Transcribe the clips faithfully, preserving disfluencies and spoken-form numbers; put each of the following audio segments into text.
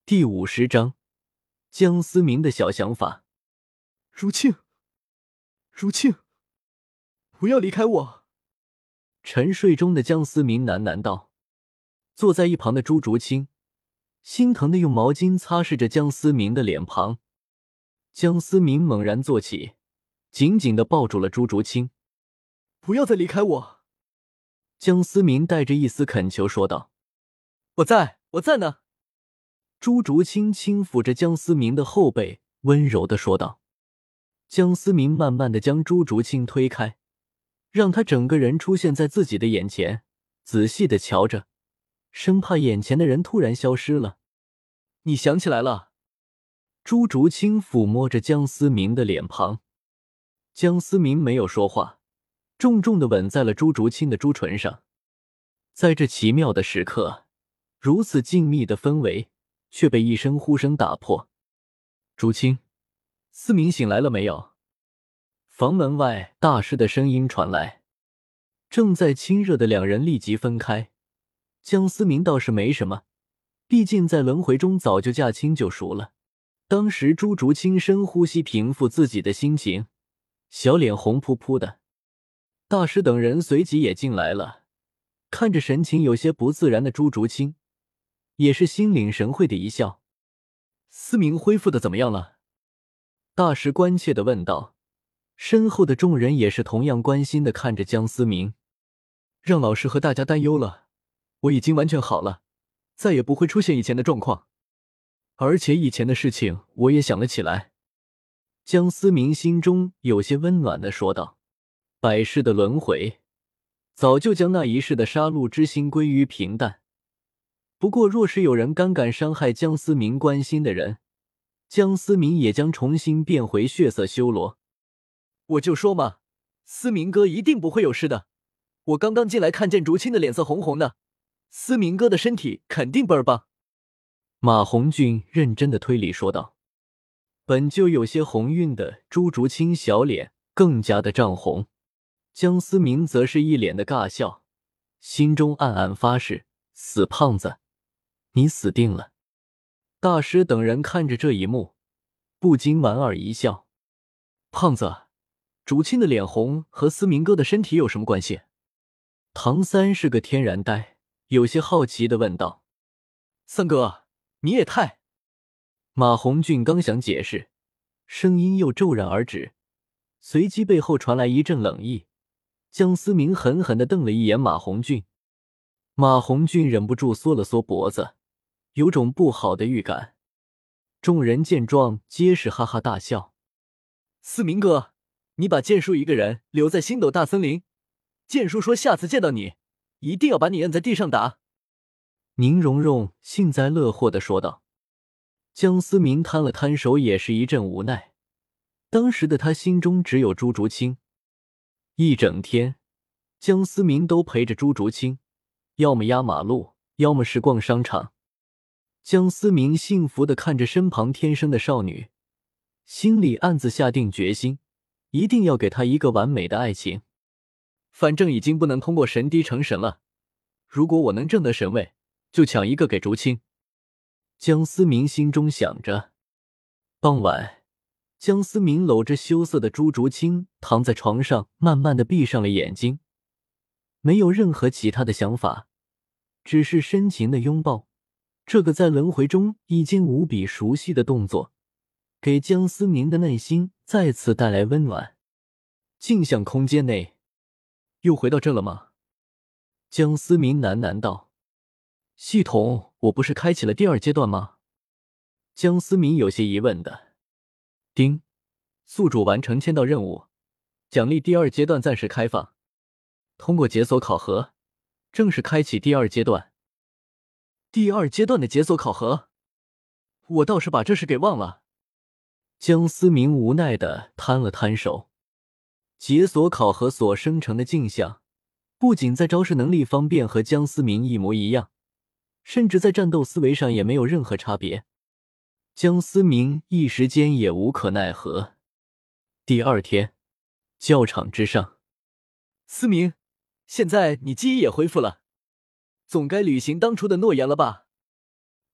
第五十章，江思明的小想法。 如庆，如庆，不要离开我！ 沉睡中的江思明喃喃道。坐在一旁的朱竹清心疼地用毛巾擦拭着江思明的脸庞。江思明猛然坐起，紧紧地抱住了朱竹清。 不要再离开我！ 江思明带着一丝恳求说道。 我在，我在呢。 朱竹清轻抚着江思明的后背，温柔地说道。江思明慢慢地将朱竹清推开，让他整个人出现在自己的眼前，仔细地瞧着，生怕眼前的人突然消失了。 你想起来了？ 朱竹清抚摸着江思明的脸庞。江思明没有说话，重重地吻在了朱竹清的朱唇上。在这奇妙的时刻，如此静谧的氛围却被一声呼声打破。竹清，思明醒来了没有？房门外大师的声音传来。正在亲热的两人立即分开。江思明倒是没什么，毕竟在轮回中早就驾轻就熟了。当时朱竹清深呼吸平复自己的心情，小脸红扑扑的。大师等人随即也进来了，看着神情有些不自然的朱竹清，也是心领神会的一笑。思明恢复的怎么样了？大师关切地问道。身后的众人也是同样关心地看着江思明。 让老师和大家担忧了，我已经完全好了，再也不会出现以前的状况。而且以前的事情我也想了起来。 江思明心中有些温暖地说道。百世的轮回早就将那一世的杀戮之心归于平淡，不过若是有人胆敢伤害江思明关心的人，江思明也将重新变回血色修罗。 我就说嘛，思明哥一定不会有事的。我刚刚进来看见竹青的脸色红红的，思明哥的身体肯定倍儿棒。 马红俊认真的推理说道。本就有些红晕的朱竹清小脸更加的涨红。江思明则是一脸的尬笑，心中暗暗发誓，死胖子，你死定了。大师等人看着这一幕，不禁莞尔一笑。 胖子，竹青的脸红和思明哥的身体有什么关系？ 唐三是个天然呆，有些好奇地问道。 三哥，你也太…… 马红俊刚想解释，声音又骤然而止，随即背后传来一阵冷意。江思明狠狠地瞪了一眼马红俊。马红俊忍不住缩了缩脖子，有种不好的预感。众人见状皆是哈哈大笑。 思明哥，你把剑叔一个人留在星斗大森林，剑叔说下次见到你一定要把你摁在地上打。 宁荣荣幸灾乐祸地说道。江思明摊了摊手，也是一阵无奈。当时的他心中只有朱竹清。一整天江思明都陪着朱竹清，要么压马路，要么是逛商场。江思明幸福地看着身旁天生的少女，心里暗自下定决心，一定要给她一个完美的爱情。 反正已经不能通过神滴成神了，如果我能挣得神位，就抢一个给竹青。 江思明心中想着。傍晚，江思明搂着羞涩的朱竹清躺在床上，慢慢地闭上了眼睛，没有任何其他的想法，只是深情的拥抱。这个在轮回中已经无比熟悉的动作，给江思明的内心再次带来温暖。镜像空间内， 又回到这了吗？ 江思明喃喃道。系统，我不是开启了第二阶段吗？江思明有些疑问的。丁，宿主完成签到任务，奖励第二阶段暂时开放，通过解锁考核，正式开启第二阶段。 第二阶段的解锁考核？我倒是把这事给忘了。 江思明无奈地摊了摊手。解锁考核所生成的镜像，不仅在招式能力方面和江思明一模一样，甚至在战斗思维上也没有任何差别。江思明一时间也无可奈何。第二天，教场之上， 思明，现在你记忆也恢复了，总该履行当初的诺言了吧？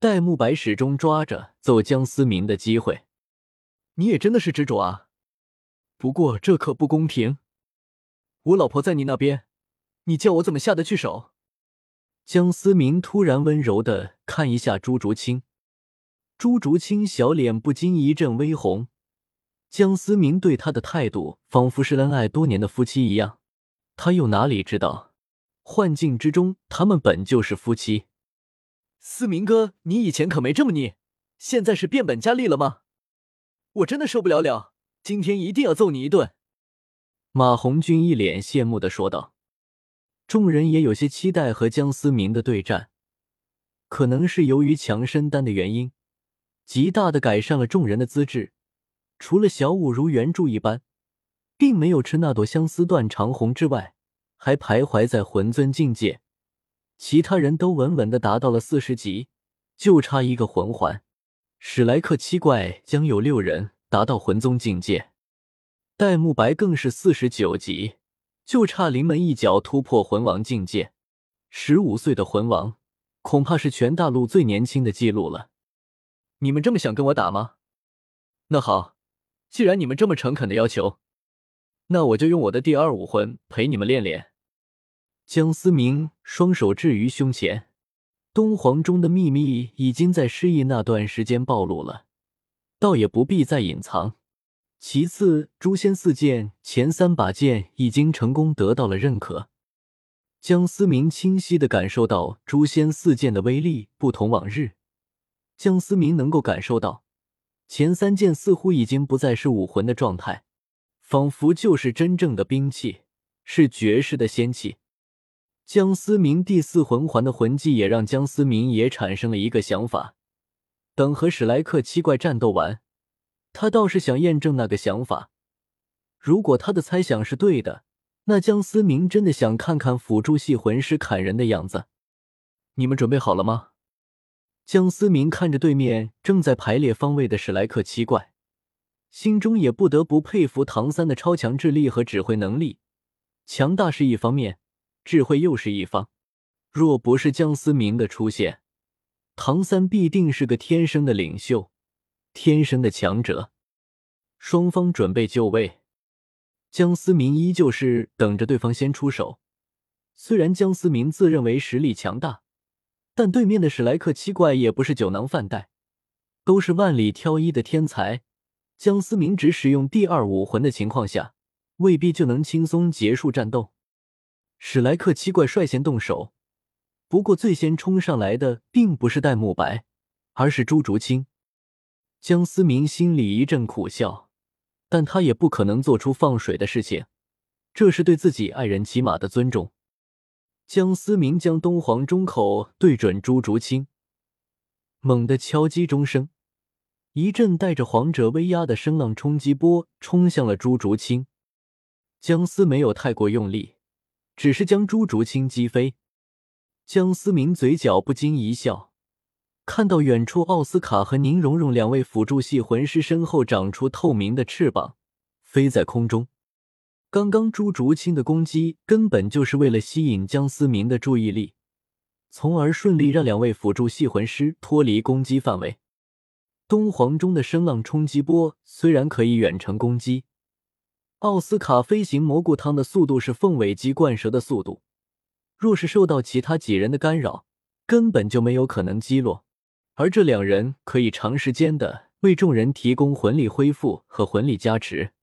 戴沐白始终抓着揍江思明的机会。 你也真的是执着啊，不过这可不公平，我老婆在你那边，你叫我怎么下得去手？ 江思明突然温柔地看一下朱竹清，朱竹清小脸不禁一阵微红。江思明对他的态度仿佛是恩爱多年的夫妻一样，他又哪里知道，幻境之中他们本就是夫妻。 思明哥，你以前可没这么逆，现在是变本加厉了吗？我真的受不了了，今天一定要揍你一顿。 马红俊一脸羡慕地说道。众人也有些期待和江思明的对战，可能是由于强身丹的原因，极大地改善了众人的资质。除了小舞如原著一般，并没有吃那朵相思断肠红之外，还徘徊在魂尊境界。其他人都稳稳地达到了四十级，就差一个魂环。史莱克七怪将有六人达到魂宗境界，戴沐白更是四十九级，就差临门一脚突破魂王境界。十五岁的魂王，恐怕是全大陆最年轻的记录了。 你们这么想跟我打吗？那好，既然你们这么诚恳的要求，那我就用我的第二武魂陪你们练练。 江思明双手置于胸前，东皇钟的秘密已经在失忆那段时间暴露了，倒也不必再隐藏。其次，诛仙四剑前三把剑已经成功得到了认可。江思明清晰地感受到诛仙四剑的威力不同往日，江思明能够感受到前三剑似乎已经不再是武魂的状态，仿佛就是真正的兵器，是绝世的仙器。江思明第四魂环的魂技也让江思明也产生了一个想法，等和史莱克七怪战斗完，他倒是想验证那个想法。如果他的猜想是对的，那江思明真的想看看辅助系魂师砍人的样子。你们准备好了吗？江思明看着对面正在排列方位的史莱克七怪，心中也不得不佩服唐三的超强智力和指挥能力。强大是一方面，智慧又是一方。若不是江思明的出现，唐三必定是个天生的领袖，天生的强者。双方准备就位，江思明依旧是等着对方先出手。虽然江思明自认为实力强大，但对面的史莱克七怪也不是酒囊饭袋，都是万里挑一的天才。江思明只使用第二武魂的情况下，未必就能轻松结束战斗。史莱克七怪率先动手，不过最先冲上来的并不是戴沐白，而是朱竹清。江思明心里一阵苦笑，但他也不可能做出放水的事情，这是对自己爱人起码的尊重。江思明将东皇钟口对准朱竹清，猛地敲击钟声，一阵带着皇者威压的声浪冲击波冲向了朱竹清。江思没有太过用力，只是将朱竹清击飞。江思明嘴角不禁一笑，看到远处奥斯卡和宁荣荣两位辅助系魂师身后长出透明的翅膀，飞在空中。刚刚朱竹清的攻击根本就是为了吸引江思明的注意力，从而顺利让两位辅助系魂师脱离攻击范围。东皇钟的声浪冲击波虽然可以远程攻击，奥斯卡飞行蘑菇汤的速度是凤尾鸡灌蛇的速度，若是受到其他几人的干扰，根本就没有可能击落。而这两人可以长时间的为众人提供魂力恢复和魂力加持。